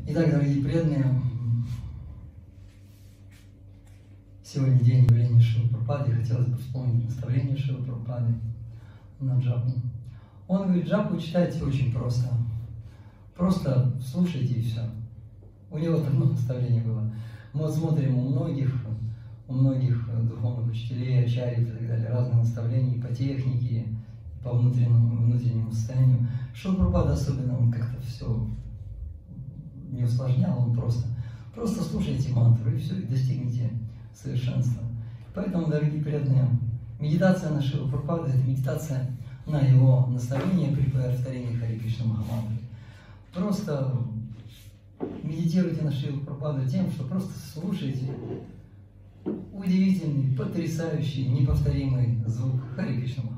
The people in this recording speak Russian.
Итак, дорогие преданные, сегодня день явления Шрилы Прабхупады, и хотелось бы вспомнить наставление Шрилы Прабхупады на джапу. Он говорит, джапу читайте очень просто. Просто слушайте и все. У него одно наставление было. Мы вот смотрим у многих духовных учителей, ачарьев и так далее, разные наставления и по технике, и по внутреннему состоянию. Шрила Прабхупада особенно, он как-то все не усложнял, он просто слушайте мантру и все, и достигните совершенства. Поэтому, дорогие преданные, медитация на Шрилу Прабхупаду – это медитация на его наставление при повторении Харе Кришна Махамантры. Просто медитируйте на Шрилу Прабхупаду тем, что просто слушайте удивительный, потрясающий, неповторимый звук Харе Кришна Махамантры.